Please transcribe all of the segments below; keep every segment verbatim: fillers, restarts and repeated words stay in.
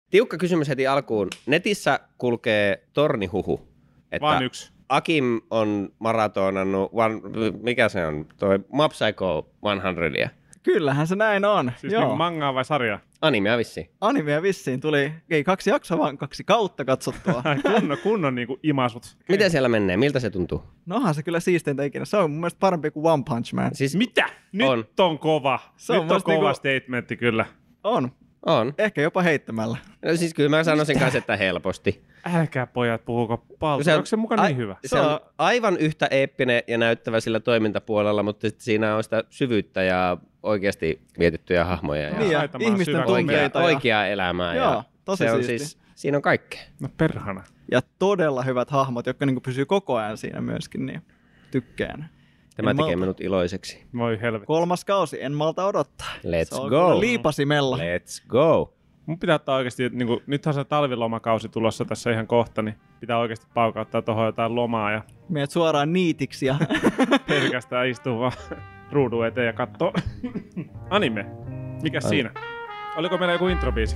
Tiukka kysymys heti alkuun. Netissä kulkee tornihuhu. Että Vaan yksi. Akim on maratonannut, one, mikä se on, toi Mob Psycho sata. Kyllähän se näin on. Siis Joo. niin mangaa vai sarjaa? Animea vissiin. Animea vissiin tuli, ei kaksi jaksoa, vaan kaksi kautta katsottua. kunnon, kunnon niinku imasut. Miten siellä menee? Miltä se tuntuu? No onhan se kyllä siisteintä ikinä. Se on mun mielestä parempi kuin One Punch Man. Siis Mitä? Nyt On. on kova. Se on Nyt on musta kova niinku- statementti kyllä. On. on. Ehkä jopa heittämällä. No siis kyllä mä sanoisin kanssa, että helposti. Älkää pojat puhuko paljon. Se on- Onko se mukaan niin hyvä? Se Se on on- aivan yhtä eeppinen ja näyttävä sillä toimintapuolella, mutta sitten siinä on sitä syvyyttä ja oikeasti mietittyjä hahmoja ja Niin ja Haitamaan ihmisten syvä- oikea, tunteita. ja- oikeaa elämää. Joo, ja tosi se on siisti. siis, siinä on kaikkea. No perhana. Ja todella hyvät hahmot, jotka niinku pysyy koko ajan siinä myöskin, niin tykkään. Tämä En tekee malta. minut iloiseksi. Voi helvetti. Kolmas kausi, en malta odottaa. Let's se on go. kyllä liipasimella. Let's go. Mun pitää ottaa oikeasti, niin kuin, nythän se talvilomakausi tulossa tässä ihan kohta, niin pitää oikeasti paukauttaa tuohon jotain lomaa ja Meet suoraan niitiksi ja pelkästään istua vaan ruudun eteen ja katsoo anime. Mikäs Ai. siinä? Oliko meillä joku introbiisi?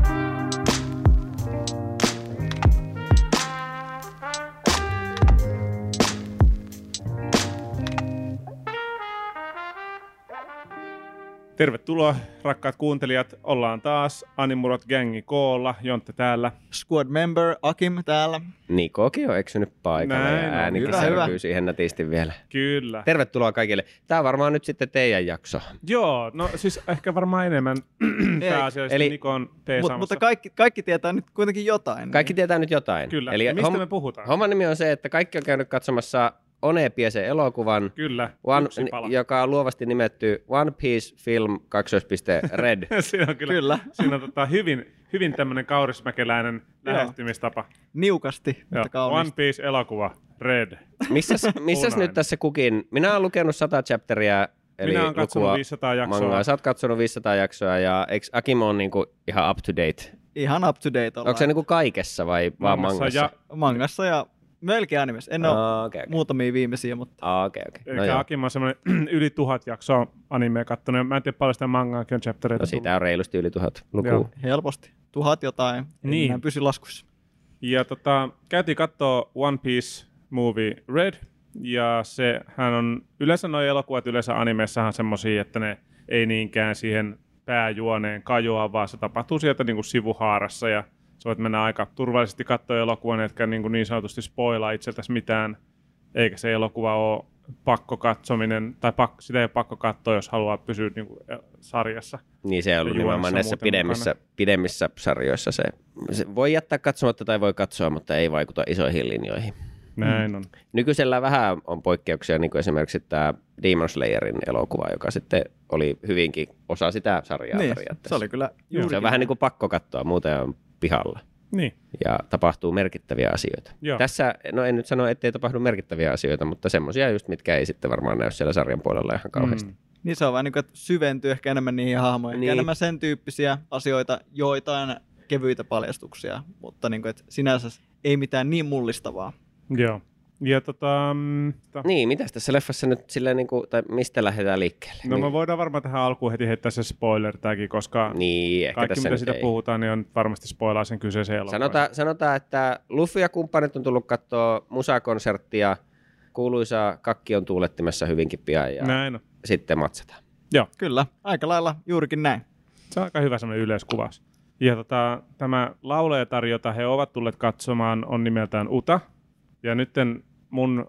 Tervetuloa, rakkaat kuuntelijat. Ollaan taas Animurot Gangi koolla. Jontte täällä. squad member Akim täällä. Nikokin on eksynyt paikalle Näin ja on. äänikin Hyvä, särkyy hyvä. siihen nätisti vielä. Kyllä. Tervetuloa kaikille. Tämä on varmaan nyt sitten teidän jakso. Joo, no siis ehkä varmaan enemmän pääasiallisesti Eli- Nikon Mut, peesaamassa. mutta kaikki, kaikki tietää nyt kuitenkin jotain. Kaikki tietää nyt jotain. Kyllä. Eli Ja mistä homm- me puhutaan? homman nimi on se, että kaikki on käynyt katsomassa One Piece elokuvan, Kyllä, One, yksi pala. joka on luovasti nimetty One Piece Film kaksoispiste Red. Siinä on kyllä, Kyllä. Siinä on tota hyvin, hyvin tämmöinen kaurismäkeläinen Joo. lähestymistapa. Niukasti, Joo. mutta One kauniisti. Piece elokuva, Red. Missäs, missäs Punainen. nyt tässä kukin? Minä olen lukenut sata chapteria, eli Minä olen katsonut lukua viisisataa jaksoa. mangaa. Sä oot katsonut viisisataa jaksoa ja eikö Akim on niinku ihan up to date? Ihan up to date ollaan. Onko se niinku kaikessa vai vaan Mangassa mangassa? ja- Mangassa ja melkein animessa. En ole Aa, okei, okei. muutamia viimeisiä, mutta Aa, okei, okei. Eli No joo. Akim on semmoinen yli tuhat jaksoa animea kattonut. ja Mä en tiedä paljon sitä mangaakin on chaptereita. No siitä on reilusti yli tuhat Joo. lukua. helposti. Tuhat jotain. Niin. Niin. Pysy laskussa. Ja tota, käytiin kattoo One Piece movie Red, ja sehän on, yleensä nuo elokuvat yleensä animessahan semmosia, että ne ei niinkään siihen pääjuoneen kajoa, vaan se tapahtuu sieltä niin kuin sivuhaarassa, ja sä voit mennä aika turvallisesti katsoa elokuvan, etkä niin, kuin niin sanotusti spoilaa itseltäsi mitään, eikä se elokuva ole pakko katsominen, tai pakko, sitä ei ole pakko katsoa, jos haluaa pysyä niin kuin sarjassa. Niin se on ollut Ja nimenomaan juonessa näissä muuten pidemmissä, pidemmissä sarjoissa se, se. Voi jättää katsomatta tai voi katsoa, mutta ei vaikuta isoihin linjoihin. Näin on. Nykyisellä vähän on poikkeuksia, niin kuin esimerkiksi tämä Demon Slayerin elokuva, joka sitten oli hyvinkin osa sitä sarjaa Niin, periaatteessa. se oli kyllä juurikin. Se on vähän niin kuin pakko katsoa, muuten on pihalla. Niin. Ja tapahtuu merkittäviä asioita. Joo. Tässä, no en nyt sano, ettei tapahdu merkittäviä asioita, mutta semmoisia just, mitkä ei sitten varmaan näy siellä sarjan puolella ihan kauheasti. Mm. Niin se on vaan niin kuin, että syventyy ehkä enemmän niihin hahmoihin. Niin. Niin. Enemmän sen tyyppisiä asioita, joitain kevyitä paljastuksia, mutta niin kuin, että sinänsä ei mitään niin mullistavaa. Joo. Ja tota... mm, ta- Niin, mitäs tässä leffassa nyt silleen, niin kuin, tai mistä lähdetään liikkeelle? No niin, me voidaan varmaan tähän alkuun heti heittää se spoiler taggi, koska niin, ehkä kaikki tässä mitä nyt siitä ei. puhutaan, niin on varmasti spoilaa sen kyseisen elokuvan. Sanotaan, sanotaan, että Luffy ja kumppanit on tullut katsoa musakonserttia, kuuluisa kakki on tuulettimessa hyvinkin pian ja Näin on. sitten matsataan. Joo, Kyllä, aika lailla juurikin näin. se on aika hyvä semmoinen yleiskuvaus. Ja tota, tämä laulajatar, jota he ovat tulleet katsomaan, on nimeltään Uta. Ja nytten mun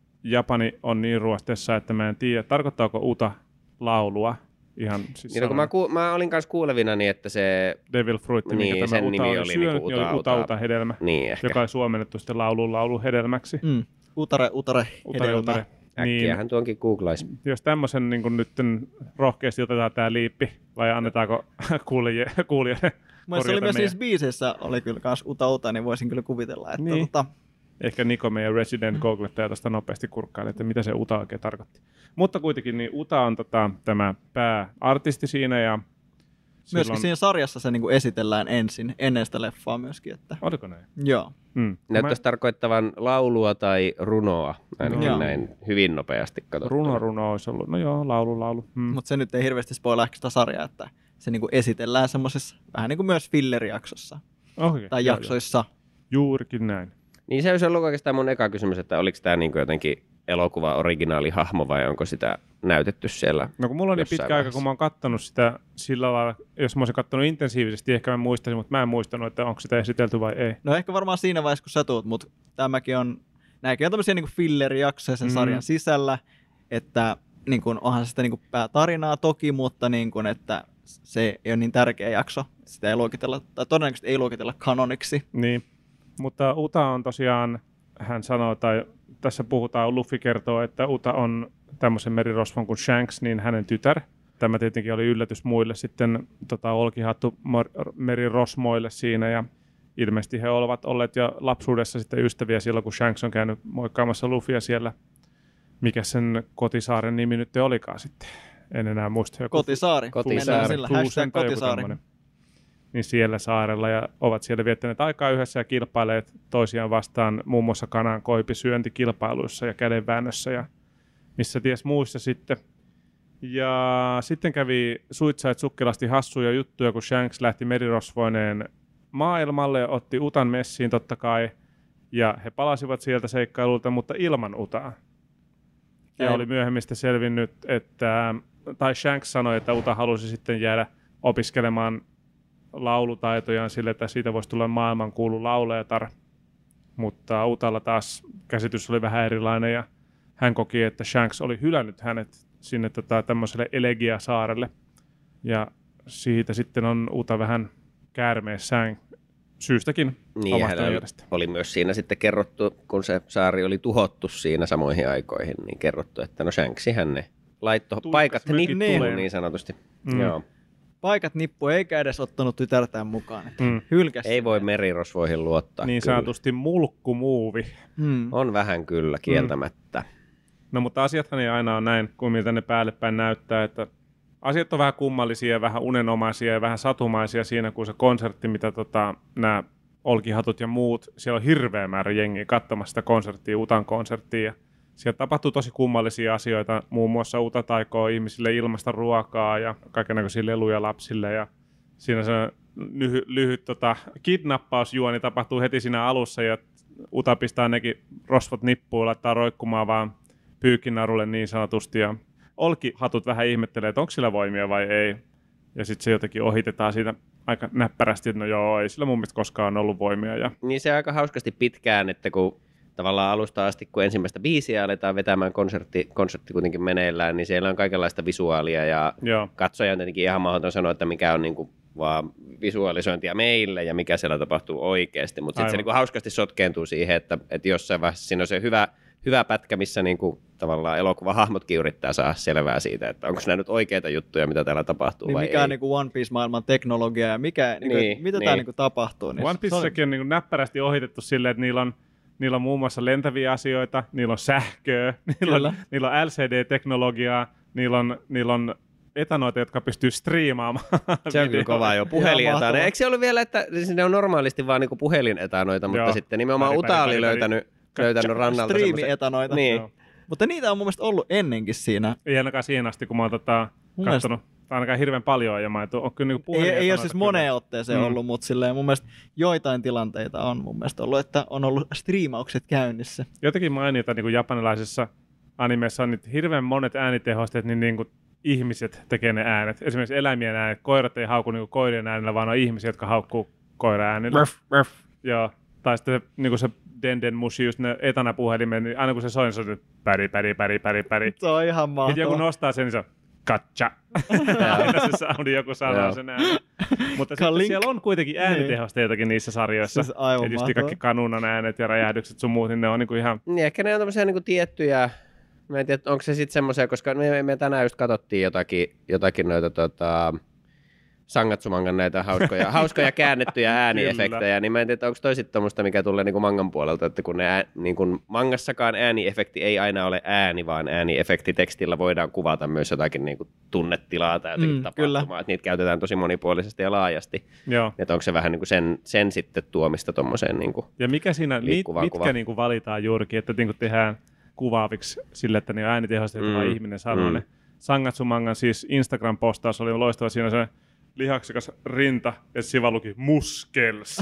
japani on niin ruosteessa, että mä en tiedä, tarkoittaako Uta laulua. Ihan siis Niin, no, kun mä, ku, mä olin kanssa kuulevina niin, että se, Devil Fruit, Niin, mikä tämä sen Uta nimi oli, oli syönyt, niinku niin Uta, oli Uta, Uta. Uta hedelmä, niin ehkä, joka on suomennettu sitten laulun laulu hedelmäksi. Mm. Utare, utare, Utare, hedelmä. utare. Niin, äkkiähän tuonkin googlaisi. jos tämmöisen niin nytten rohkeasti otetaan tämä liippi, vai annetaanko kuulijoille, kuulijoille Mun se oli korjata myös meidän? niissä biiseissä, oli kyllä kans uta uta, niin voisin kyllä kuvitella, että Niin. tota, Ehkä Niko meidän resident googlettaja tästä nopeasti kurkkaili, että mitä se Uta oikein tarkoitti. Mutta kuitenkin niin Uta on tota, tämä pääartisti siinä ja Myöskin silloin... siinä sarjassa se niinku esitellään ensin, ennen sitä leffaa myöskin. Että... Oliko näin? Joo. Mm. Näyttäisi mä... tarkoittavan laulua tai runoa, ainakin no. näin hyvin nopeasti katsottuna. Runo, runo olisi ollut. No joo, laulu, laulu. Mm. Mutta se nyt ei hirveästi spoilaa sitä sarjaa, että se niinku esitellään semmoisessa vähän niin kuin myös fillerijaksossa. Okay, tai joo, jaksoissa. Joo. Juurikin näin. Niin se olisi ollut oikeastaan mun eka kysymys, että oliko tämä niinku jotenkin elokuva originaalihahmo vai onko sitä näytetty siellä? No kun mulla on niin pitkä vaiheessa. aika, kun mä oon kattonut sitä sillä lailla, jos mä olisin kattonut intensiivisesti, ehkä mä muistaisin, mutta mä en muistanut, että onko sitä esitelty vai ei. No ehkä varmaan siinä vaiheessa, kun sä tuut, mutta tämäkin on, nämäkin on tämmöisiä niinku fillerijaksoja sen mm. sarjan sisällä, että niin kun, onhan se sitä niin kun päätarinaa toki, mutta niin kun, että se ei ole niin tärkeä jakso. Sitä ei luokitella, tai todennäköisesti ei luokitella kanoniksi. Niin, mutta Uta on tosiaan, hän sanoo, tai tässä puhutaan, Luffy kertoo, että Uta on tämmöisen merirosvon kuin Shanks, niin hänen tytär. Tämä tietenkin oli yllätys muille sitten tota, olkihattu merirosmoille siinä, ja ilmeisesti he ovat olleet jo lapsuudessa sitten ystäviä silloin, kun Shanks on käynyt moikkaamassa Luffyä siellä. Mikä sen kotisaaren nimi nyt olikaan sitten? En enää muista. Joku Kotisaari. Kotisaari. Sillä hashtag Kotisaari. Niin siellä saarella ja ovat siellä viettäneet aikaa yhdessä ja kilpaileet toisiaan vastaan muun muassa kanan koipisyöntikilpailuissa ja kädenväännössä ja missä ties muissa sitten. Ja sitten kävi suitsait sukkelasti hassuja juttuja, kun Shanks lähti merirosvoineen maailmalle ja otti Utan messiin totta kai. Ja he palasivat sieltä seikkailulta, mutta ilman Utaa. Ja oli myöhemmin sitten selvinnyt, että, tai Shanks sanoi, että Uta halusi sitten jäädä opiskelemaan laulutaitojaan sille, että siitä voisi tulla maailmankuulu lauleetar. Mutta Utalla taas käsitys oli vähän erilainen ja hän koki, että Shanks oli hylännyt hänet sinne tota, tämmöiselle Elegia-saarelle. Ja siitä sitten on Uta vähän käärmeessään syystäkin niin, omasta mielestä. Oli myös siinä sitten kerrottu, kun se saari oli tuhottu siinä samoihin aikoihin, niin kerrottu, että no Shanksihän ne laittoi paikat nippuun niin sanotusti. Mm. Joo. Paikat nippu eikä edes ottanut tytärtään mukaan. Mm. Ei voi merirosvoihin luottaa. Niin kyllä. sanotusti mulkkumuuvi. Mm. On vähän kyllä, kieltämättä. Mm. No mutta asiathan ei aina ole näin, kuin miltä ne päälle päin näyttää, että asiat on vähän kummallisia, vähän unenomaisia ja vähän satumaisia siinä, kun se konsertti, mitä tota, nämä olkihatut ja muut, siellä on hirveä määrä jengiä katsomassa sitä konserttia, Utan konserttia. Ja siellä tapahtuu tosi kummallisia asioita, muun muassa Uta taikoo ihmisille ilmasta ruokaa ja kaikennäköisiä leluja lapsille. Ja siinä se lyhy, lyhyt tota, kidnappausjuoni tapahtuu heti siinä alussa ja Uta pistää nekin rosvot nippuun, laittaa roikkumaan vaan pyykkinarulle niin sanotusti. Ja olkihatut vähän ihmettelee, että onko sillä voimia vai ei. Ja sitten se jotenkin ohitetaan siitä aika näppärästi, että no joo, ei sillä mun mielestä koskaan ollut voimia. Ja... Niin se aika hauskasti pitkään, että kun tavallaan alusta asti, kun ensimmäistä biisiä aletaan vetämään konsertti, konsertti kuitenkin meneillään, niin siellä on kaikenlaista visuaalia ja joo. Katsoja on tietenkin ihan mahdoton sanoa, että mikä on niinku vaan visualisointia meille ja mikä siellä tapahtuu oikeasti, mutta sitten se niinku hauskasti sotkeentuu siihen, että, että jossain vaiheessa siinä on se hyvä, hyvä pätkä, missä niinku tavallaan elokuvahahmotkin yrittää saada selvää siitä, että onko nämä nyt oikeita juttuja, mitä täällä tapahtuu niin vai mikä ei. on niinku One Piece-maailman teknologia ja mikä, niinku, niin, mitä niin. Tää niinku tapahtuu. Niin One Piecessäkin on niinku näppärästi ohitettu silleen, että niillä on Niillä on muun muassa lentäviä asioita, niillä on sähköä, niillä on, niillä on L C D-teknologiaa, niillä on, niillä on etanoita, jotka pystyy striimaamaan. Se on kyllä kovaa jo. Puhelinetanoita. Eikö se ollut vielä, että siis ne on normaalisti vaan niinku puhelinetanoita, mutta joo. Sitten nimenomaan pari, Uta pari, oli pari, löytänyt, pari. löytänyt rannalta striimi-etanoita. Niin. Mutta niitä on mun mielestä ollut ennenkin siinä. Ei ainakaan siihen asti, kun mä oon tota, katsonut. Ainakaan hirveän paljon ja mä et ole kyllä niinku ei, ei ole siis moneen otteeseen mm. ollut, mutta silleen mun mielestä joitain tilanteita on mun mielestä ollut, että on ollut striimaukset käynnissä. Jotenkin mainita niin kuin japanilaisessa animessa on nyt hirveän monet äänitehosteet, niin, niin kuin ihmiset tekee ne äänet. Esimerkiksi eläimien äänet. Koirat ei hauku niin kuin koirien äänellä, vaan on ihmisiä, jotka haukkuu koira-äänillä. Ruff, ruff. Joo. Tai sitten niin kuin se Denden Mushi, just ne etanapuhelimen, niin aina kun se soi, niin se on päri, päri, päri, päri, päri. Se on ihan mahtavaa. Heti joku nostaa sen, niin se on katcha. Aina se soundi, joku sanoo sen äänen. Mutta sitten siellä on kuitenkin äänitehosteitakin niissä sarjoissa. Siis aivan tietysti mahtavaa. kaikki kanunan äänet ja räjähdykset sun muut, niin ne on niinku ihan... Niin, ehkä ne on tämmöisiä niinku tiettyjä... Mä en tiedä, onko se sitten semmoisia, koska me, me tänään just katsottiin jotakin, jotakin noita tota, Sangatsu-mangan näitä hauskoja, hauskoja käännettyjä ääniefektejä, niin mä en tiedä, onko toi sitten tommoista, mikä tulee niin kuin mangan puolelta, että kun ne ää, niin kuin mangassakaan ääniefekti ei aina ole ääni, vaan ääniefekti tekstillä voidaan kuvata myös jotakin niin kuin tunnetilaa tai jotakin mm, tapahtumaa, kyllä. Että niitä käytetään tosi monipuolisesti ja laajasti. Joo. Että onko se vähän niin kuin sen, sen sitten tuomista tommoseen niin kuin ja mikä siinä, mit, mitkä niin kuin valitaan juurikin, että niin kuin tehdään kuvaaviksi sille, että ne on äänitehostettava mm, ihminen sanoo mm. ne. Sangatsu-mangan siis Instagram-postaus oli loistava, siinä se lihaksikas rinta, ja siinä luki muskels.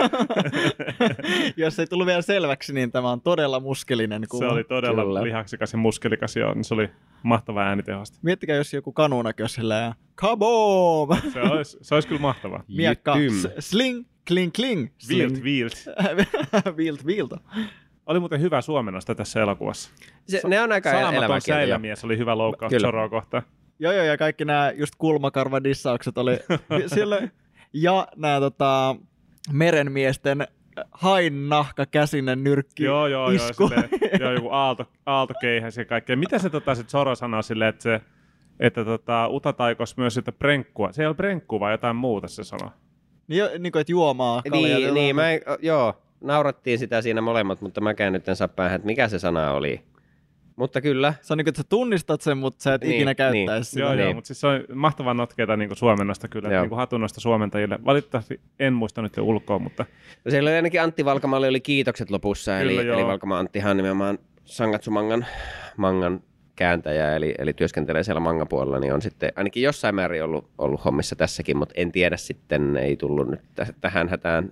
Jos ei tullut vielä selväksi, niin tämä on todella muskelinen kuva. Se oli todella Kyllä. lihaksikas ja muskelikas, joo, niin se oli mahtava äänitehoste. Miettikää, jos joku kanuunakin olisi silleen, kaboom! Se olisi, se olisi kyllä mahtavaa. Miekka, sling, kling, kling. Vilt, vilt. vilt, vilt. Oli muuten hyvä suomennosta tässä elokuvassa. Se, ne on aika elämäkieltä. Saamaton säilämies oli hyvä loukkaus Zoroa kohtaan. Joo, joo, ja kaikki nämä just kulmakarvadissaukset oli siellä. Ja nämä tota, merenmiesten hain nahkakäsinen nyrkki joo, joo, isku. Joo, silleen, joo, joku aalto, aaltokeihäs ja kaikkea. Mitä se tota, sit Zoro sanoo silleen, että, se, että tota, Uta taikos myös sitä prenkkua. Se ei ole prenkkua, vaan jotain muuta se sanoo. Niin, niin kuin, että juomaa. Kaljaa, niin, niin mä, joo, naurattiin sitä siinä molemmat, mutta mäkään nyt en saa päähän, että mikä se sana oli. Mutta kyllä. Se on niin kuin, että sä tunnistat sen, mutta sä et niin, ikinä käyttäisi niin. sitä. Joo, niin. joo, mutta siis se on mahtavan notkeita niin kuin suomennosta kyllä, niin kuin hatunnosta suomentajille. Valitettavasti en muista nyt jo ulkoa, mutta... No siellä oli ainakin Antti Valkamalle oli kiitokset lopussa, kyllä, eli, eli Valkama Anttihan on nimenomaan Sangatsu-mangan mangan kääntäjä, eli, eli työskentelee siellä manga-puolella, niin on sitten ainakin jossain määrin ollut, ollut hommissa tässäkin, mutta en tiedä sitten, ei tullut nyt täh- tähän hätään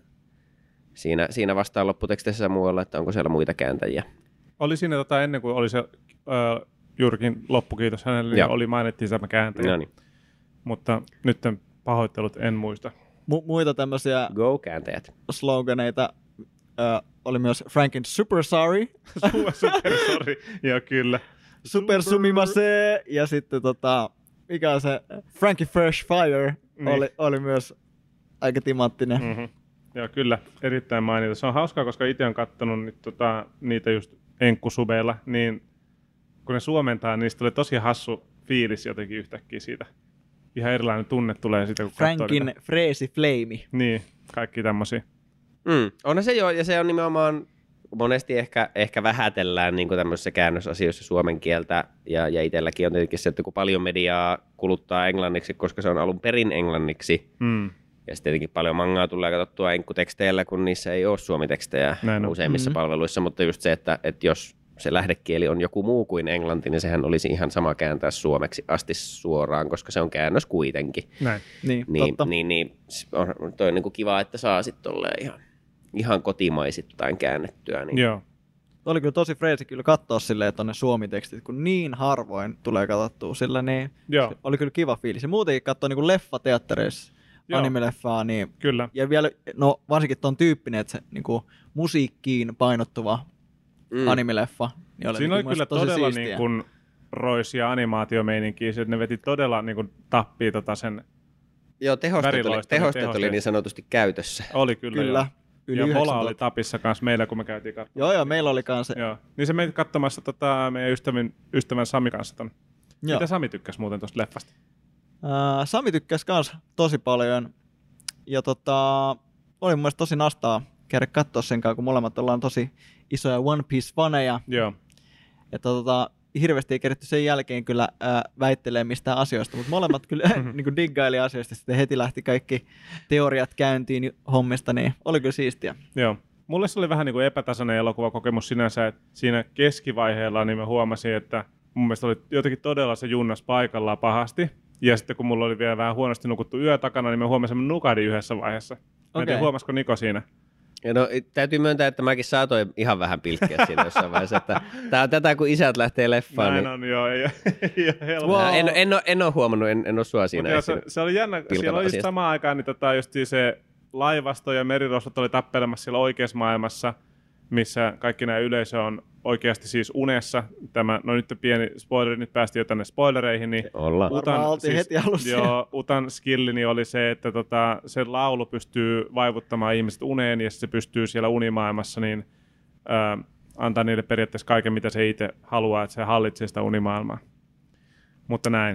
siinä, siinä vastaan lopputekstissä muualla, että onko siellä muita kääntäjiä. Oli siinä tota, ennen kuin oli se äh, juurikin loppukiitos hänelle, niin oli mainittiin tämä kääntäjä. No niin. Mutta nyt pahoittelut en muista. Mu- muita tämmöisiä Go-kääntäjät. Sloganeita äh, oli myös Frankin Super Sorry. Super Sorry, joo kyllä. Super Sumimase ja sitten tota, mikä on se Frankie Fresh Fire niin. oli, oli myös aika timanttinen. Mm-hmm. Joo, kyllä, erittäin mainita. Se on hauskaa, koska itse olen katsonut niin, tota, niitä just enkkusubeilla, niin kun ne suomentaa, niin niistä tulee tosi hassu fiilis jotenkin yhtäkkiä siitä. Ihan erilainen tunne tulee siitä, kun Frankin Freesi Flame. Niin, kaikki tämmöisiä. Mm, onhan se joo, ja se on nimenomaan, monesti ehkä, ehkä vähätellään niin kuin tämmöisissä käännösasioissa suomen kieltä, ja, ja itselläkin on tietenkin se, että kun paljon mediaa kuluttaa englanniksi, koska se on alun perin englanniksi, mm. ja sitten tietenkin paljon mangaa tulee katsottua enkkuteksteillä, kun niissä ei ole suomitekstejä Näin useimmissa mm-hmm. palveluissa, mutta just se, että, että jos se lähdekieli on joku muu kuin englanti, niin sehän olisi ihan sama kääntää suomeksi asti suoraan, koska se on käännös kuitenkin. Näin. Niin, niin, totta. Niin, niin on toi niin kuin kiva, että saa sitten tolleen ihan, ihan kotimaisittain käännettyä. Niin. Joo. Oli kyllä tosi freesi kyllä katsoa silleen, että on ne suomitekstit, kun niin harvoin tulee katsottua sillä, niin Joo. oli kyllä kiva fiilis. Ja muutenkin katsoa niin kuin leffateattereissa. Anime-leffaa, niin kyllä. Ja vielä, no varsinkin ton tyyppinen, että se niin kuin, musiikkiin painottuva mm. anime-leffa. Niin oli siinä niin oli kyllä todella niin kuin roisia animaatiomeininkiä, että ne veti todella niin kuin tappia tota sen Joo, tehostet oli, tehostet oli niin sanotusti käytössä. Oli kyllä, kyllä. Ja Vola oli tapissa kanssa meillä, kun me käytiin katsomaan. Joo, joo, meillä oli kanssa. Joo. Niin se meit katsomassa tota, meidän ystävän, ystävän Sami kanssa ton. Joo. Mitä Sami tykkäsi muuten tuosta leffasta? Uh, Sami tykkäsi kans tosi paljon. Ja tota, oli mun mielestä tosi nastaa käydä katsoa sen kanssa, kun molemmat ollaan tosi isoja One Piece-faneja. Joo. Että tota, hirveästi ei keritty sen jälkeen kyllä äh, väittelemään mistään asioista, mutta molemmat kyllä niin diggaili asioista, sitten heti lähti kaikki teoriat käyntiin hommista, niin oli kyllä siistiä. Joo. Mulle se oli vähän niin kuin epätasainen elokuvakokemus sinänsä, että siinä keskivaiheella niin mä huomasin, että mun mielestä oli jotenkin todella se junnas paikallaan pahasti. Ja sitten kun mulla oli vielä vähän huonosti nukuttu yö takana, niin mä huomasin, että mä nukahdin yhdessä vaiheessa. Mä okay. en tiedä, huomasiko Niko siinä? Ja no, täytyy myöntää, että mäkin saatoin ihan vähän pilkkiä siinä jossain vaiheessa, että tää on tätä, kun isät lähtee leffaan. Näin niin... on, joo, ei, ei ole helppoa. Wow. En, en, ole, en ole huomannut, en, en ole sua siinä. Joo, se, se oli jännä, siellä oli samaan aikaan niin tota, just se laivasto ja merirosvot oli tappelemassa siellä oikeassa maailmassa, missä kaikki nämä yleisö on oikeasti siis unessa. Tämä, no nyt pieni spoileri, nyt päästiin jo tänne spoilereihin. Niin Ollaan. Utan, siis, heti alussa. Joo, Utan skillini oli se, että tota, se laulu pystyy vaivuttamaan ihmiset uneen ja se pystyy siellä unimaailmassa niin, ää, antaa niille periaatteessa kaiken, mitä se itse haluaa, että se hallitsee sitä unimaailmaa. Mutta näin.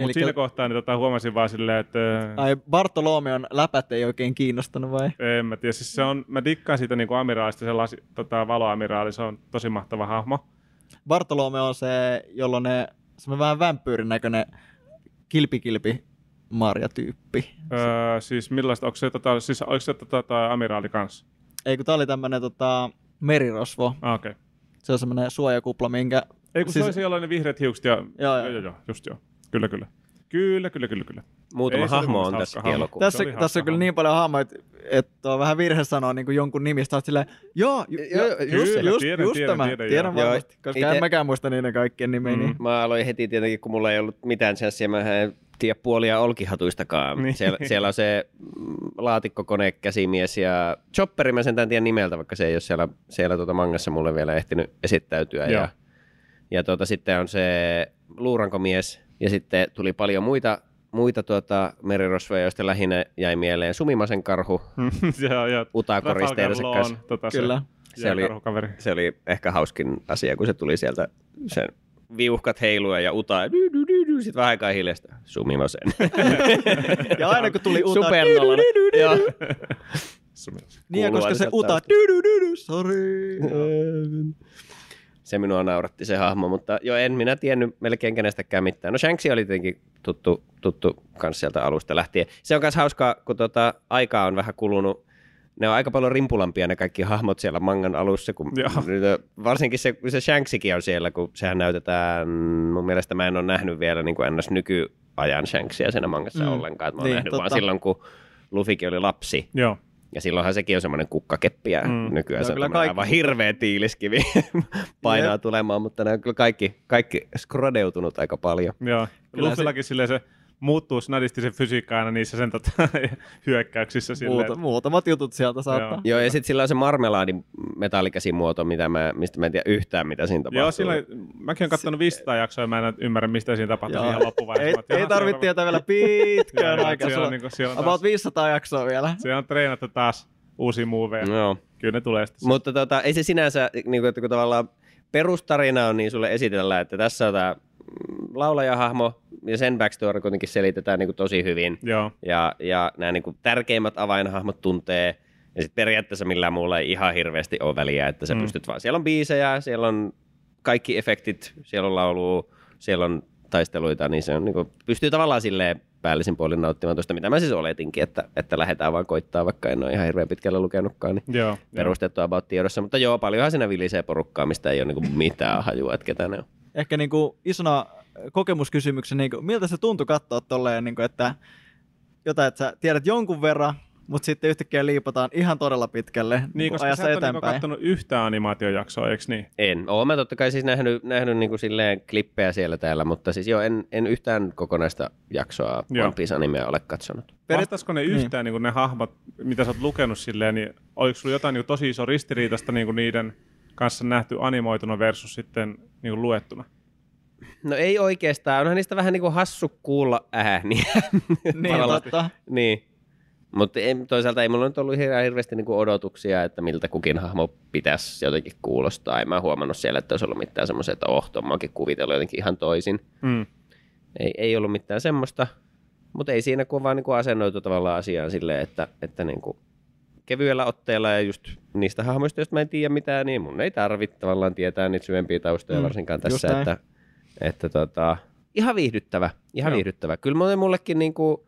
Mutta siinä kohtaa niin tota, huomasin vaan silleen, että... Ai Bartolomeon läpät ei oikein kiinnostanut vai? En mä tiedä. Siis se on, mä dikkaan siitä niin kuin amiraalista, se lasi, tota, valoamiraali, se on tosi mahtava hahmo. Bartolomeo on se, jolloin ne semmoinen vähän vampyyrin näköinen kilpikilpi Marja-tyyppi. Öö, siis millaista, onko se, tota, siis, onko se tota, tota, amiraali kanssa? Ei kun tää oli tämmönen tota, merirosvo. Ah, okei. Okay. Se on semmoinen suojakupla, minkä... Ei kun siis... se olisi jollain ne vihreät hiukset ja... Joo, joo, joo, joo, just joo. Kyllä, kyllä. Kyllä, kyllä, kyllä, kyllä. Muutama hahmo on tässä elokuvassa. Tässä, tässä on kyllä niin paljon hahmoja, että, että on vähän virhe sanoa niin kuin jonkun nimistä. Olet silleen, joo, ju, jo, jo, just, kyllä, just, tiedän, just tiedän, tämä. Tiedän, tiedän tiedän varmasti, koska ite... en mäkään muista niiden kaikkien nimeä. Mm. Mä aloin heti tietenkin, kun mulla ei ollut mitään chanssia. Mä en tiedä puolia olkihatuistakaan. Niin. Siellä, siellä on se laatikkokone, käsimies ja Chopperi. Mä sentään tiedän nimeltä, vaikka se ei ole siellä, siellä tuota mangassa mulle vielä ehtinyt esittäytyä. Ja, ja tuota, sitten on se luurankomies ja sitten tuli paljon muita muita tuota, merirosvoja, joista lähinnä jäi mieleen Sumimasen karhu, Uta-koristeensa kanssa. Tota Kyllä. Se, se, oli, se oli ehkä hauskin asia, kun se tuli sieltä sen viuhkat heilua ja Uta, sitten vähän aikaa hiljasta Sumimasen. Ja aina kun tuli Uta, Supernolla. Niin, ja koska se Uta, sorry. Se minua nauratti se hahmo, mutta jo en minä tiennyt melkein kenestäkään mitään. No Shanksi oli tietenkin tuttu, tuttu kans sieltä alusta lähtien. Se on myös hauskaa, kun tota aikaa on vähän kulunut. Ne on aika paljon rimpulampia ne kaikki hahmot siellä mangan alussa, kun varsinkin se, se Shanksikin on siellä, kun sehän näytetään, mun mielestä mä en ole nähnyt vielä niin kuin ns. Nykyajan Shanksia siinä mangassa mm. ollenkaan. Mä oon niin, nähnyt totta. Vaan silloin, kun Luffykin oli lapsi. Joo. Ja silloinhan sekin on semmoinen kukkakeppi ja mm. nykyään se on kaikki... aivan hirveä tiiliskivi painaa yep. tulemaan, mutta ne on kyllä kaikki, kaikki skrodeutunut aika paljon. Joo, Luffyllakin silleen se muuttuu snadisti se fysiikka aina niissä sen tota, hyökkäyksissä. Muuta, muutamat jutut sieltä saattaa. Joo, Joo ja sitten sillä on se marmelaadin metallikäsimuoto, mitä mä, mistä mä en tiedä yhtään, mitä siinä tapahtuu. Joo, sillä, mäkin olen katsonut viisisataa jaksoa ja mä en ymmärrä, mistä siinä tapahtuu ihan loppuvaiheessa. Ei, ei tarvitse tietää vielä pitkään aikaa. Siellä on, niin kuin, siellä on about viisisataa jaksoa vielä. Siellä on treenattu taas uusia moveja. Joo. Kyllä ne tulee sitten. Mutta tota, ei se sinänsä, niin kuin, että kun tavallaan perustarina on niin sulle esitellään, että tässä on tämä laulajahahmo, ja sen backstory kuitenkin selitetään niin kuin tosi hyvin. Joo. Ja, ja nämä niin kuin tärkeimmät avainhahmot tuntee, ja sitten periaatteessa millään muulla ei ihan hirveästi ole väliä, että sä mm. pystyt vaan. Siellä on biisejä, siellä on kaikki efektit, siellä on laulu, siellä on taisteluita, niin se on, niin kuin, pystyy tavallaan silleen päällisin puolin nauttimaan tuosta, mitä mä siis oletinkin, että, että lähdetään vaan koittaa, vaikka en ole ihan hirveän pitkälle lukenutkaan, niin joo, perustettu jo. About tiedossa. Mutta joo, paljonhan siinä vilisee porukkaa, mistä ei ole niin kuin mitään hajua, että ketä ne on. Ehkä niin kuin isona kokemuskysymyksen, niin kuin, miltä se tuntui katsoa tolleen, niin kuin, että jotain, että sä tiedät jonkun verran, mutta sitten yhtäkkiä liipataan ihan todella pitkälle niin, koska ajassa sä et eteenpäin. ole katsonut yhtään animaatiojaksoa, eikö niin? En. Oon mä totta kai siis nähnyt, nähnyt niin kuin silleen klippejä siellä täällä, mutta siis joo, en, en yhtään kokonaista jaksoa joo. One Piece-animea ole katsonut. Vastaisiko ne yhtään niin. Niin ne hahmot, mitä sä oot lukenut silleen, niin oliko sulla jotain niin tosi iso ristiriitasta niin niiden kanssa nähty animoituna versus sitten niin luettuna? No ei oikeastaan, onhan niistä vähän niin kuin hassu kuulla ääniä. Niin, totta. Niin. Mutta toisaalta ei mulla nyt ollut hirveästi niinku odotuksia, että miltä kukin hahmo pitäisi jotenkin kuulostaa. En mä huomannut siellä, että olisi ollut mitään semmoisia, että oh, tuon mä oonkin kuvitellut jotenkin ihan toisin. Mm. Ei, ei ollut mitään semmoista, mutta ei siinä kun vaan niinku asennoitu tavallaan asiaan silleen, että, että niinku kevyellä otteella ja just niistä hahmoista, joista mä en tiedä mitään, niin mun ei tarvitse tavallaan tietää niitä syvempiä taustoja mm. varsinkaan tässä. Että, että tota, ihan viihdyttävä, ihan Joo. viihdyttävä. Kyllä mullekin niinku...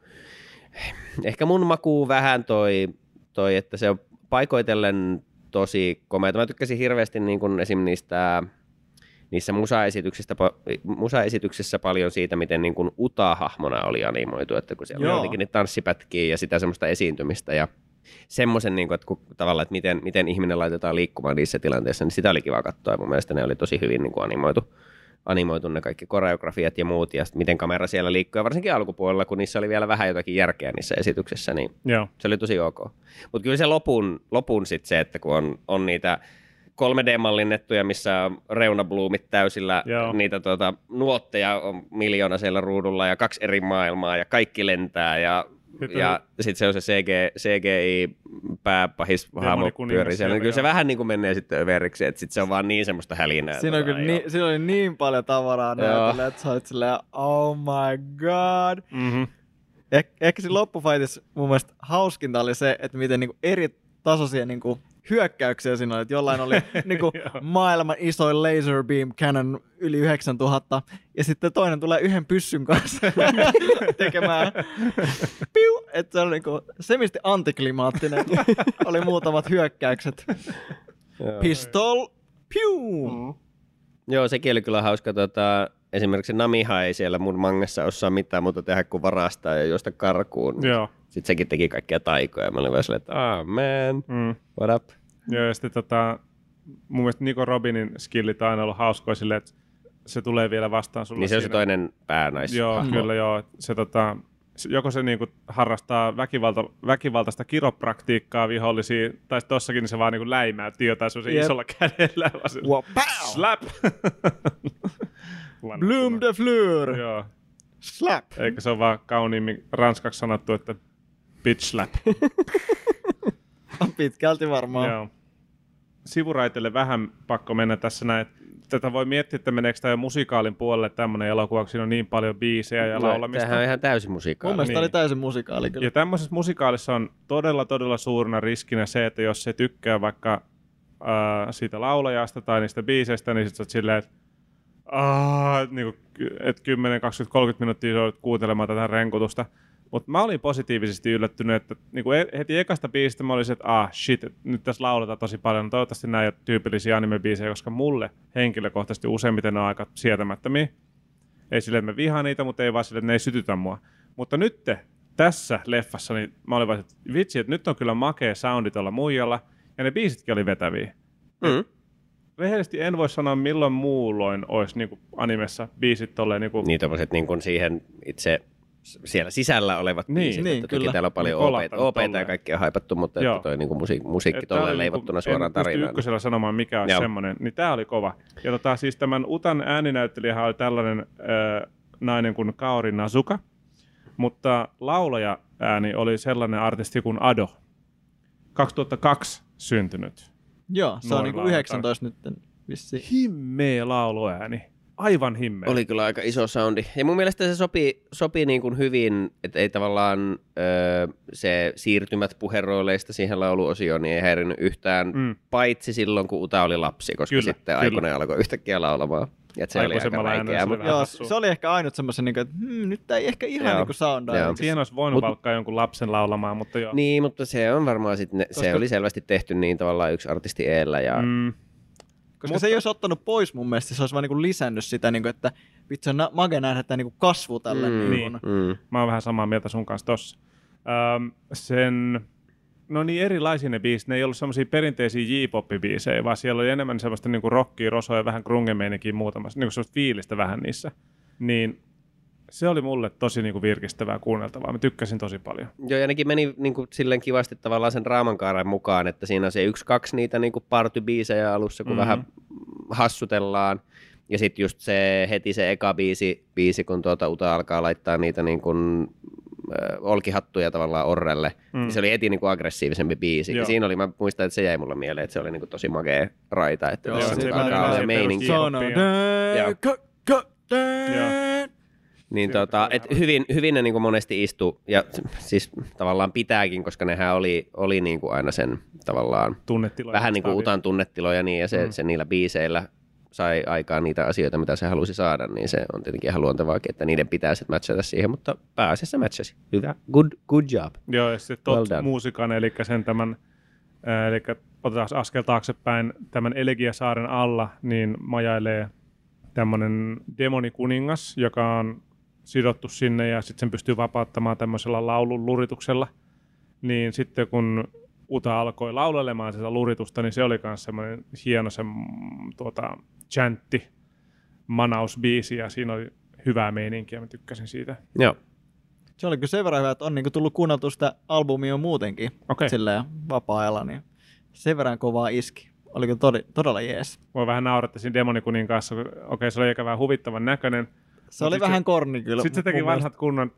Ehkä mun makuu vähän toi, toi, että se on paikoitellen tosi komeata. Mä tykkäsin hirveästi niin kuin esim. Niistä, niissä musaesityksistä, musaesityksissä paljon siitä, miten niin kuin Uta-hahmona oli animoitu, että kun siellä Joo. oli jotenkin niitä tanssipätkiä ja sitä semmoista esiintymistä ja semmoisen, niin kuin, että, kun, tavallaan, että miten, miten ihminen laitetaan liikkumaan niissä tilanteissa, niin sitä oli kiva katsoa. Mun mielestä ne oli tosi hyvin niin kuin animoitu. animoitu ne kaikki koreografiat ja muut, ja miten kamera siellä liikkuu, ja varsinkin alkupuolella, kun niissä oli vielä vähän jotakin järkeä niissä esityksissä, niin Joo. se oli tosi ok. Mutta kyllä se lopun, lopun sitten se, että kun on, on niitä kolme D-mallinnettuja, missä on reunabluumit täysillä, Joo. niitä tuota, nuotteja on miljoona siellä ruudulla, ja kaksi eri maailmaa, ja kaikki lentää, ja, ja sitten se on se C G, C G I pääpahis hahmo pyörii siellä. Kyllä se vähän niin kuin menee sitten överiksi, että sitten se on vaan niin semmoista hälinää. Siinä, on kyllä ni, siinä oli niin paljon tavaraa näytellä, että sä olet silleen, oh my god. Mm-hmm. Eh, ehkä siinä loppufaitissa mun mielestä hauskinta oli se, että miten niinku eri tasoisia niinku hyökkäyksiä siinä oli, että jollain oli niinku maailman isoin laser beam cannon yli yhdeksäntuhatta, ja sitten toinen tulee yhden pyssyn kanssa tekemään piu, että se oli niinku semisti antiklimaattinen, oli muutamat hyökkäykset. Pistol, piu! Mm. Joo, sekin oli kyllä hauska. Tota, esimerkiksi Namiha ei siellä mun mangassa osaa mitään muuta tehdä kuin varastaa ja juosta karkuun. Joo. Sitten sekin teki kaikkia taikoja. Mä olin vaan silleen, että ah man, mm. what up? Joo, ja sitten tota, mun mielestä Nico Robinin skillit on aina ollut hauskoja silleen, että se tulee vielä vastaan sulle. Niin se on se toinen päänais. Joo, mm. kyllä joo. Se, tota, joko se niinku harrastaa väkivalta, väkivaltaista kiropraktiikkaa vihollisiin, tai tossakin niin se vaan niinku läimäytti jotain semmoisen yep. isolla kädellä. Wow, slap! Bloom de fleur! Joo. Slap! Eikö se ole vaan kauniimmin ranskaksi sanottu, että bitch slap? On pitkälti varmaan. Joo. Sivuraiteille vähän pakko mennä tässä näin. Tätä voi miettiä, että meneekö tämä jo musikaalin puolelle tämmöinen elokuva, kun siinä on niin paljon biisejä ja no, laulamista. Tämähän on ihan täysin musikaali. Mun mielestä niin. oli täysin musikaali kyllä. Ja tämmöisessä musikaalissa on todella, todella suurena riskinä se, että jos se tykkää vaikka äh, siitä laulajasta tai niistä biiseistä, niin sit sä oot silleen, että ah, niinku, et kymmenen, kaksikymmentä, kolmekymmentä minuuttia joudut kuuntelemaan tätä renkutusta. Mutta mä olin positiivisesti yllättynyt, että niinku heti ekasta biisistä mä olisin, että ah shit, että nyt tässä lauletaan tosi paljon. Toivottavasti nämä ei ole tyypillisiä anime-biisejä, koska mulle henkilökohtaisesti useimmiten ne on aika sietämättömiä. Ei sille, että mä vihaan niitä, mutta ei vaan sille, että ne ei sytytä mua. Mutta nyt tässä leffassa niin mä olin vaan, että vitsi, että nyt on kyllä makea soundi tuolla muijalla, ja ne biisitkin oli vetäviä. Mm. Rehellisesti en voi sanoa, milloin muulloin olisi niinku animessa biisit tolleen niinku... Niin tommoset niinku siihen itse siellä sisällä olevat niin, biisit. Niin, että kyllä. Toki täällä on paljon O P:tä ja kaikki on haipattu, mutta että toi niinku musiik- musiikki tolleen leivottuna niinku, suoraan tarinaan. En pysty ykkösellä sanomaan, mikä on semmoinen, niin tää oli kova. Ja tota, siis tämän Utan ääninäyttelijähän oli tällainen äh, nainen kuin Kaori Nazuka, mutta laulaja ääni oli sellainen artisti kuin Ado, kaksituhattakaksi syntynyt. Joo, se on niinku yhdeksäntoista nyt vissiin. Himmee lauluääni. Aivan himmeä. Oli kyllä aika iso soundi. Ja mun mielestä se sopii, sopii niin kuin hyvin, että ei tavallaan öö, se siirtymät puherooleista siihen lauluosioon niin ei häirinyt yhtään, mm. paitsi silloin, kun Uta oli lapsi, koska kyllä, sitten aikuinen alkoi yhtäkkiä laulamaan. Ja se oli aika vaikeaa. Mutta... Joo, se oli ehkä ainut semmoisen, että hmm, nyt ei ehkä ihan niin kuin soundaa. Siihen olisi voinut Mut... valkkaa jonkun lapsen laulamaan, mutta joo. Niin, mutta se on varmaan sitten, ne, koska... se oli selvästi tehty niin tavallaan yksi artisti eellä ja... Mm. Koska mutta... se ei olisi ottanut pois mun mielestä, se olisi vaan niin kuin lisännyt sitä, niin kuin, että vitsi on mage nähdä, että niin kuin kasvu tälle. Mm, niin kuin. Mm. Mä oon vähän samaa mieltä sun kanssa tossa. Ähm, sen, no niin erilaisia ne biisit, ne ei ollut semmosia perinteisiä J-pop-biisejä, vaan siellä oli enemmän semmoista niin kuin rockia, rosoa ja vähän grunge-meininkiä muutamassa, niin kuin semmoista fiilistä vähän niissä. Niin se oli mulle tosi niin kuin virkistävää kuunneltavaa. Mä tykkäsin tosi paljon. Joo, ja nekin meni niin kuin silleen kivasti tavallaan sen raamankaaren mukaan, että siinä on se yksi, kaksi niitä niin kuin party-biisejä alussa, kun mm-hmm. vähän hassutellaan. Ja sitten just se heti se eka biisi, biisi kun tuota Uta alkaa laittaa niitä niin kuin, äh, olkihattuja tavallaan orrelle. Mm. Niin se oli heti niin kuin aggressiivisempi biisi. Joo. Ja siinä oli, mä muistan, että se jäi mulle mieleen, että se oli niin kuin tosi magea raita. Että joo, se, se alkaa olla meininki. Niin tota, et hyvin, hyvin ne niin kuin monesti istu, ja siis tavallaan pitääkin, koska nehän oli, oli niin kuin aina sen tavallaan vähän niin kuin Utan tunnetiloja, niin, ja se, mm. se niillä biiseillä sai aikaan niitä asioita, mitä se halusi saada, niin se on tietenkin ihan luontevaakin, että niiden pitää sitten matchata siihen, mutta pääasiassa matchasi. Hyvä, good, good job. Joo, ja sitten Tot well Musican, eli sen tämän, äh, eli otetaan askel taaksepäin, tämän Elegiasaaren alla, niin majailee tämmöinen demonikuningas, joka on sidottu sinne ja sitten sen pystyy vapauttamaan tämmöisellä laulun lurituksella. Niin sitten kun Uta alkoi laulelemaan sitä luritusta, niin se oli myös semmoinen hieno se tuota, chantti, manausbiisi ja siinä oli hyvää meininkiä, mä tykkäsin siitä. Joo. Se oli kyllä sen verran hyvä, että on niinku tullut kuunneltua sitä albumia muutenkin okay. silleen vapaa-ajalla, niin sen verran kovaa iski. Oliko tod- todella jees. Voi vähän naurattaa siinä Demonikunin kanssa. Okei, se oli ehkä vähän huvittavan näköinen. Se oli vähän se, korni kyllä. Sitten se teki vanhat kunnon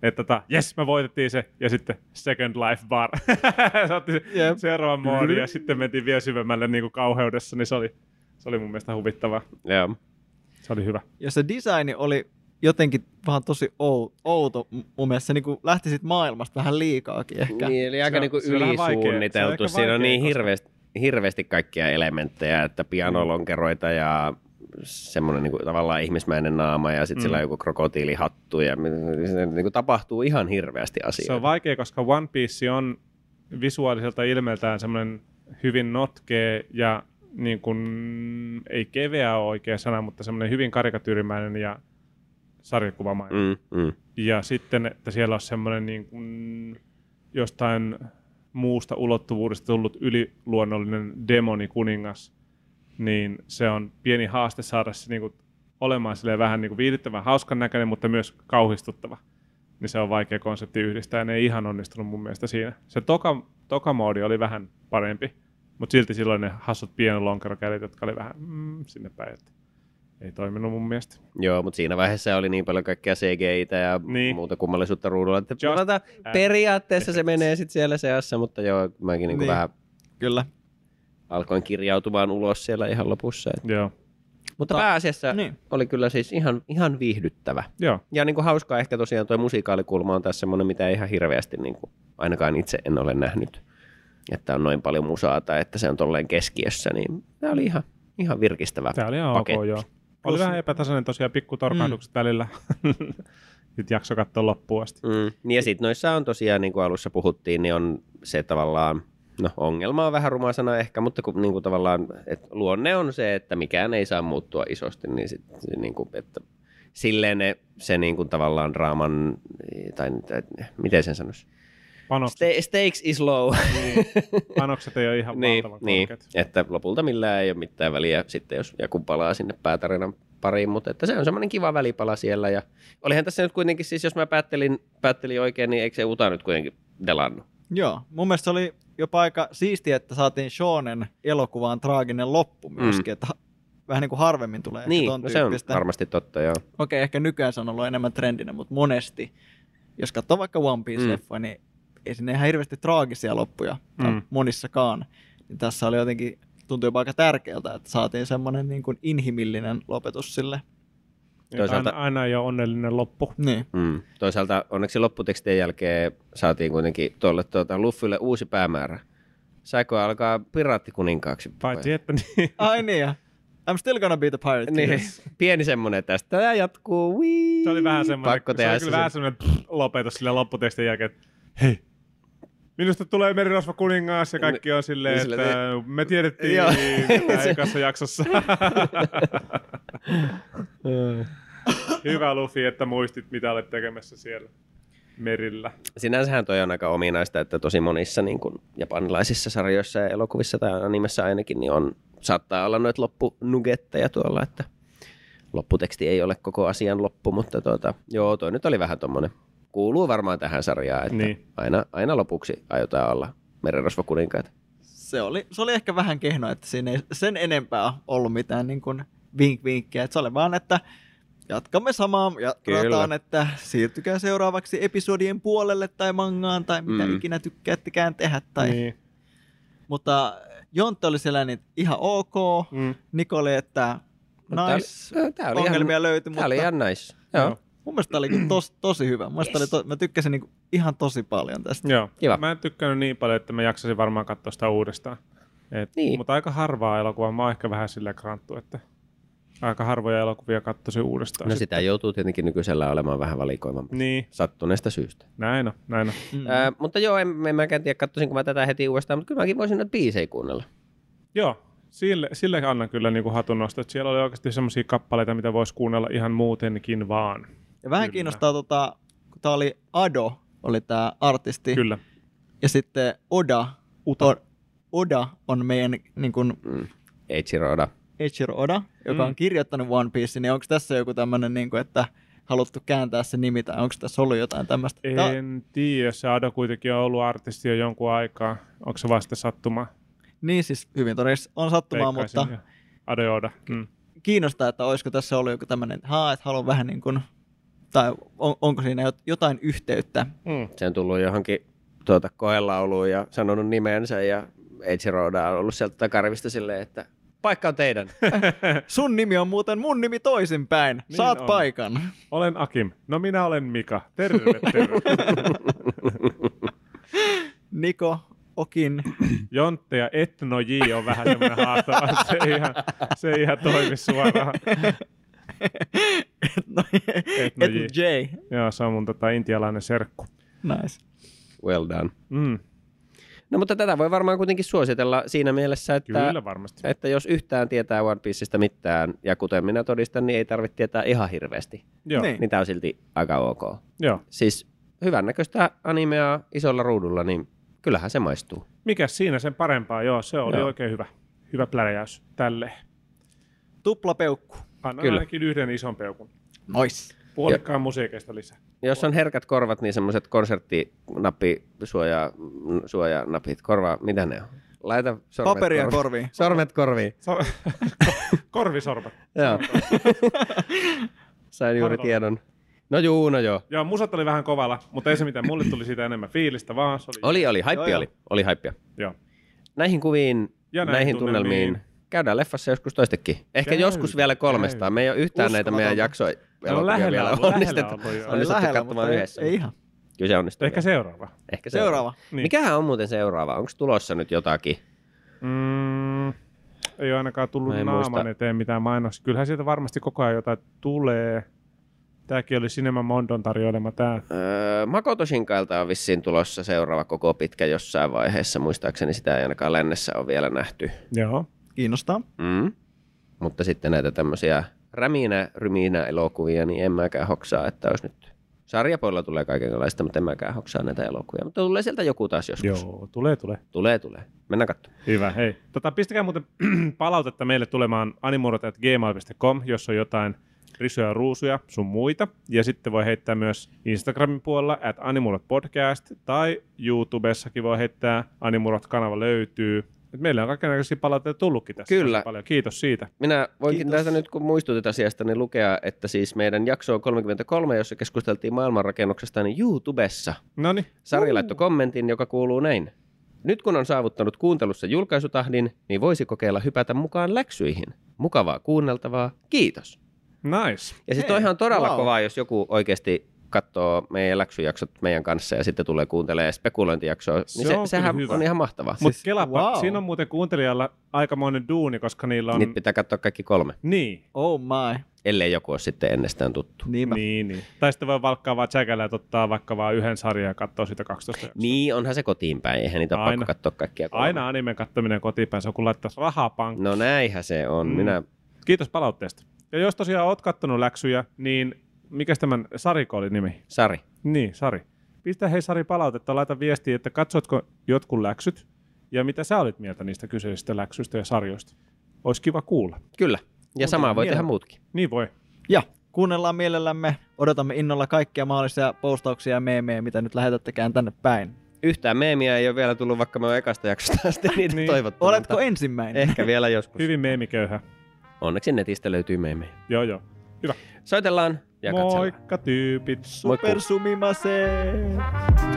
että tota, jes, me voitettiin se, ja sitten Second Life Bar. Se otti Jep. seuraavan moodin, ja sitten mentiin vielä syvemmälle niin kuin kauheudessa, niin se oli, se oli mun mielestä huvittavaa. Joo. Se oli hyvä. Ja se designi oli jotenkin vähän tosi outo. Mun mielestä se niinku lähti siitä maailmasta vähän liikaakin ehkä. Niin, eli aika Se on- niinku se on vähän vaikea- se on ylisuunniteltu. ehkä Siinä on vaikea, niin koska- hirveästi, hirveästi kaikkia elementtejä, että pianolonkeroita ja semmoinen niinku tavallaan ihmismäinen naama ja sitten Mm. sillä on joku krokotiilihattu ja se niinku tapahtuu ihan hirveästi Se asioita. on vaikea, koska One Piece on visuaaliselta ilmeltään semmoinen hyvin notkea ja niin kuin, ei keveä ole oikea sana, mutta semmoinen hyvin karikatyyrimäinen ja sarjakuvamainen. Mm, mm. Ja sitten, että siellä on semmoinen niin kuin jostain muusta ulottuvuudesta tullut yliluonnollinen demonikuningas, niin se on pieni haaste saada se niin kuin olemaan silleen vähän niin kuin viihdyttävän hauskan näköinen, mutta myös kauhistuttava. Niin se on vaikea konsepti yhdistää, ja ne ei ihan onnistunut mun mielestä siinä. Se toka, toka moodi oli vähän parempi, mutta silti silloin ne hassut pienlonkerokädet, jotka oli vähän mm, sinne päin, että ei toiminut mun mielestä. Joo, mutta siinä vaiheessa oli niin paljon kaikkea C G I-tä ja Niin. muuta kummallisuutta ruudulla, että Just Just periaatteessa se menee sitten siellä seassa, mutta joo, mäkin niinku Niin. vähän Kyllä. alkoin kirjautumaan ulos siellä ihan lopussa. Et. Joo, Mutta Ta- pääasiassa niin. oli kyllä siis ihan, ihan viihdyttävä. joo. Ja niin kuin hauskaa ehkä tosiaan tuo musikaalikulma on tässä semmoinen, mitä ihan hirveästi niin kuin, ainakaan itse en ole nähnyt, että on noin paljon musaa tai että se on tolleen keskiössä, niin tämä oli ihan, ihan virkistävä Tämä oli ihan paketti. ok, joo. Oli Plus- vähän epätasainen tosiaan, pikku torkahdukset mm. välillä. Sitten jakso katsoa loppuun asti. Mm. Niin ja sitten noissa on tosiaan, niin kuin alussa puhuttiin, niin on se tavallaan, no ongelma on vähän ruma sana ehkä, mutta kun, niin kuin tavallaan, että luonne on se, että mikään ei saa muuttua isosti, niin, sit, niin kuin, että silleen ne, se niin kuin tavallaan draaman, tai, tai miten sen sanoisi? Panokset, Sta- stakes is low. niin, panokset ei ole ihan niin, valtavan niin, korkeat. että lopulta millään ei ole mitään väliä sitten, jos joku palaa sinne päätarinan pariin, mutta että se on semmoinen kiva välipala siellä. Ja olihan tässä nyt kuitenkin, siis jos mä päättelin, päättelin oikein, niin eikö se Uta nyt kuitenkin delannut? Joo, mun mielestä se oli jopa aika siistiä, että saatiin Shonen elokuvaan traaginen loppu myöskin, mm. että ha- vähän niin kuin harvemmin tulee Niin, ton no se on tyyppistä. varmasti totta, joo. Okei, ehkä nykyään se on ollut enemmän trendinä, mutta monesti, jos katsoo vaikka One Piece-leffa, mm. niin ei sinne ihan hirveästi traagisia loppuja, tai Mm. monissakaan. Niin tässä oli jotenkin, tuntui jopa aika tärkeältä, että saatiin semmoinen niin kuin inhimillinen lopetus sille. Toisaalta- Aina, aina ei ole onnellinen loppu. Niin. Mm. Toisaalta onneksi lopputekstien jälkeen saatiin kuitenkin tuolle tuota, Luffylle uusi päämäärä. Saiko alkaa piraattikuninkkaaksi? Paitsi että niin. Ai niin, ja I'm still gonna be the pirate. Niin, Yes. pieni semmonen tästä ja jatkuu. Wii. Se oli vähän semmoinen, Pakko se tehdä oli kyllä vähän semmoinen pff, lopetus sille lopputekstin jälkeen, että hei, minusta tulee merirosva kuningas ja kaikki on silleen, Niin, että silleen, me tiedettiin Joo. tätä ekassa jaksossa. Hyvä Luffy, että muistit mitä olet tekemässä siellä merillä. Sinänsähän toi on aika ominaista, että tosi monissa niin kuin japanilaisissa sarjoissa ja elokuvissa tai animessa ainakin, niin on, saattaa olla noita loppunugetteja tuolla, että lopputeksti ei ole koko asian loppu, mutta tuota, joo, toi nyt oli vähän tommonen, kuuluu varmaan tähän sarjaan, että Niin. aina, aina lopuksi aiotaan olla merenrosvokuninkaita. Se oli, se oli ehkä vähän kehno, että siinä ei sen enempää ollut mitään niin kuin vink-vinkkiä. Että se oli vaan, että jatkamme samaa ja Kyllä. rataan, että siirtykää seuraavaksi episodien puolelle tai mangaan tai mitä Mm. ikinä tykkäättekään tehdä. Tai... Niin. Mutta Jontte oli siellä niin ihan ok. Mm. Niko oli, että No, tää oli- nice, tää oli ongelmia ihan- löytyi, Tämä mutta oli ihan nice. Joo. Joo. mun mielestä tämä oli kyllä tos, tosi hyvä. Mun mielestä Yes. oli to, mä tykkäsin niin kuin ihan tosi paljon tästä. Joo. Kiva. Mä en tykkännyt niin paljon, että mä jaksasin varmaan katsoa sitä uudestaan. Et, Niin. Mutta aika harvaa elokuvaa. Mä oon ehkä vähän silleen kranttu, että aika harvoja elokuvia katsoisin uudestaan. No sit. sitä joutuu tietenkin nykyisellä olemaan vähän valikoivampi Niin, sattuneesta syystä. näin on, näin on. Mm. Ää, mutta joo, en, en mäkään tiedä, katsoisinko mä tätä heti uudestaan, mutta kyllä mäkin voisin näitä biisejä kuunnella. Joo, sille, sille annan kyllä niin kuin hatunnosto, että siellä oli oikeasti semmoisia kappaleita, mitä voisi kuunnella ihan muutenkin vaan. Ja vähän Kyllä. kiinnostaa, tota, kun tää oli Ado, oli tää artisti. Kyllä. Ja sitten Oda, Uta. on, Oda on meidän niin kuin Mm. Eiichiro Oda. Eiichiro Oda, joka Mm. on kirjoittanut One Piece, niin onko tässä joku tämmöinen, niin kuin, että haluttu kääntää se nimi, tai onko tässä ollut jotain tämmöistä? Tää- En tiedä, se Ado kuitenkin on ollut artisti jo jonkun aikaa. Onko se vasta sattuma? Niin siis hyvin todennäköisesti on sattumaa, Veikkaisin, mutta ja Ado ja Oda. Mm. kiinnostaa, että olisiko tässä ollut joku tämmöinen, että haa, että haluan vähän niin kuin Tai on, onko siinä jotain yhteyttä? Mm. Se on tullut johonkin tuota, koelauluun ja sanonut nimensä ja Eiichiroda on ollut sieltä takarivistä silleen, että paikka on teidän. Sun nimi on muuten mun nimi toisinpäin. Niin saat on. Paikan. Olen Akim. No minä olen Mika. Terve, terve. Niko, Okin. Jontte ja Etno J on vähän semmoinen haastava. Se ei ihan, se ei ihan toimi suoraan. Etno, Etno J. J. Joo, se on mun tota, intialainen serkku. Nice. Well done. Mm. No mutta tätä voi varmaan kuitenkin suositella siinä mielessä, että, Kyllä varmasti. että jos yhtään tietää One Pieceista mitään, ja kuten minä todistan, niin ei tarvitse tietää ihan hirveästi. Joo. Niin. Niin tämä on silti aika ok. Joo. Siis hyvännäköistä animea isolla ruudulla, niin kyllähän se maistuu. Mikäs siinä sen parempaa? Joo, se oli Joo. oikein hyvä. Hyvä pläräjäys tälleen. Tuplapeukku. Anna Kyllä. ainakin yhden ison peukun. Nois. Puolikkaan musiikeista lisää. Jos on herkät korvat, niin semmoiset konserttinappisuojanapit, korva, mitä ne on? Laita sormet Paperia korviin. korviin. Sormet korviin. So- Korvisorbat. Joo. Sain juuri Harva. tiedon. No juu, no joo. Joo, musat oli vähän kovalla, mutta ei se mitään. Mulle tuli siitä enemmän fiilistä, vaan se oli... Oli, oli. Haippi Joo, oli. Oli haippia. Joo. Näihin kuviin, Ja näihin, näihin tunnelmiin. tunnelmiin. Käydään leffassa joskus toistekin. Ehkä Käy, joskus vielä kolmestaan. Me ei ole yhtään näitä meidän jaksoja elokuvia lähellä vielä ollut, lähellä onnistettu, ollut, joo. onnistettu Lähellä, katsomaan mutta yhdessä. ei, ei ihan. Kyllä se onnistuu. Ehkä seuraava. Ehkä Seuraava. Niin. Mikähän on muuten seuraava? Onko tulossa nyt jotakin? Mm, ei ole ainakaan tullut Mä en naaman muista. eteen mitään mainoksia. Kyllähän sieltä varmasti koko ajan jotain tulee. Tämäkin oli Cinema Mondon tarjoilema tää. Öö, Makoto Shinkailta on vissiin tulossa seuraava koko pitkä jossain vaiheessa. Muistaakseni sitä ei ainakaan lännessä ole vielä nähty. Joo. Kiinnostaa. Mm. Mutta sitten näitä tämmöisiä räminä, ryminä elokuvia, niin en mäkään hoksaa, että olisi nyt... Sarjapuolella tulee kaikenlaista, mutta en mäkään hoksaa näitä elokuvia. Mutta tulee sieltä joku taas joskus. Joo, tulee, tulee. Tulee, tulee. Mennään katsomaan. Hyvä, hei. Tota, pistäkää muuten palautetta meille tulemaan animurot at gmail dot com, jos on jotain risuja ja ruusuja, sun muita. Ja sitten voi heittää myös Instagramin puolella at animurot podcast, tai YouTubessakin voi heittää, Animurot-kanava löytyy. Et meillä on kaikenlaisia palautteita tullutkin tässä. Kyllä. Tosi paljon. Kiitos siitä. Minä voinkin Kiitos. tästä nyt, kun muistutit asiasta, niin lukea, että siis meidän jakso on kolmekymmentäkolme, jossa keskusteltiin maailmanrakennuksesta, niin YouTubessa Noniin. Sari laittoi kommentin, joka kuuluu näin. Nyt kun on saavuttanut kuuntelussa julkaisutahdin, niin voisi kokeilla hypätä mukaan läksyihin. Mukavaa kuunneltavaa. Kiitos. Nice. Ja siis Hei, toihan on todella wow. kovaa, jos joku oikeasti katsoo meidän läksyjaksot meidän kanssa ja sitten tulee kuuntelemaan spekulointijaksoa. Se Niin se, on sehän kyllä hyvä. on ihan mahtavaa. Mutta Siis, kelapa, wow. siinä on muuten kuuntelijalla aikamoinen duuni, koska niillä on... Niitä pitää katsoa kaikki kolme, Niin. Oh my. ellei joku ole sitten ennestään tuttu. Niinpä. Niin, niin. Tai sitten voi valkkaa vaan tsäkällä ja ottaa vaikka vaan yhden sarjan ja katsoa sitä kaksitoista jaksoa. Niin, onhan se kotiin päin. Eihän niitä ole Aina. pakko katsoa kaikkia kolme. Aina animen katsominen kotipäin, se on kun laittaisi rahaa pankkiin. No näinhän se on. Mm. Minä... Kiitos palautteesta. Ja jos tosiaan oot kattonut läksyjä, niin mikäs tämän Sariko oli nimi? Sari. Niin, Sari. Pistä hei Sari palautetta, laita viestiä, että katsotko jotkut läksyt ja mitä sä olit mieltä niistä kyseisistä läksyistä ja sarjoista. Olisi kiva kuulla. Kyllä. Ja samaa voi mielellä. tehdä muutkin. Niin voi. Ja kuunnellaan mielellämme, odotamme innolla kaikkia mahdollisia postauksia ja meemejä, mitä nyt lähetättekään tänne päin. Yhtään meemiä ei ole vielä tullut, vaikka me on ekasta jaksosta asti niitä Niin. toivottu. Oletko mutta ensimmäinen? Ehkä vielä joskus. Hyvin meemiköyhä. Onneksi netistä löytyy meemejä. Joo, joo. Hyvä. Soitellaan ja katsellaan. Moikka tyypit. Moikku. Super sumimase!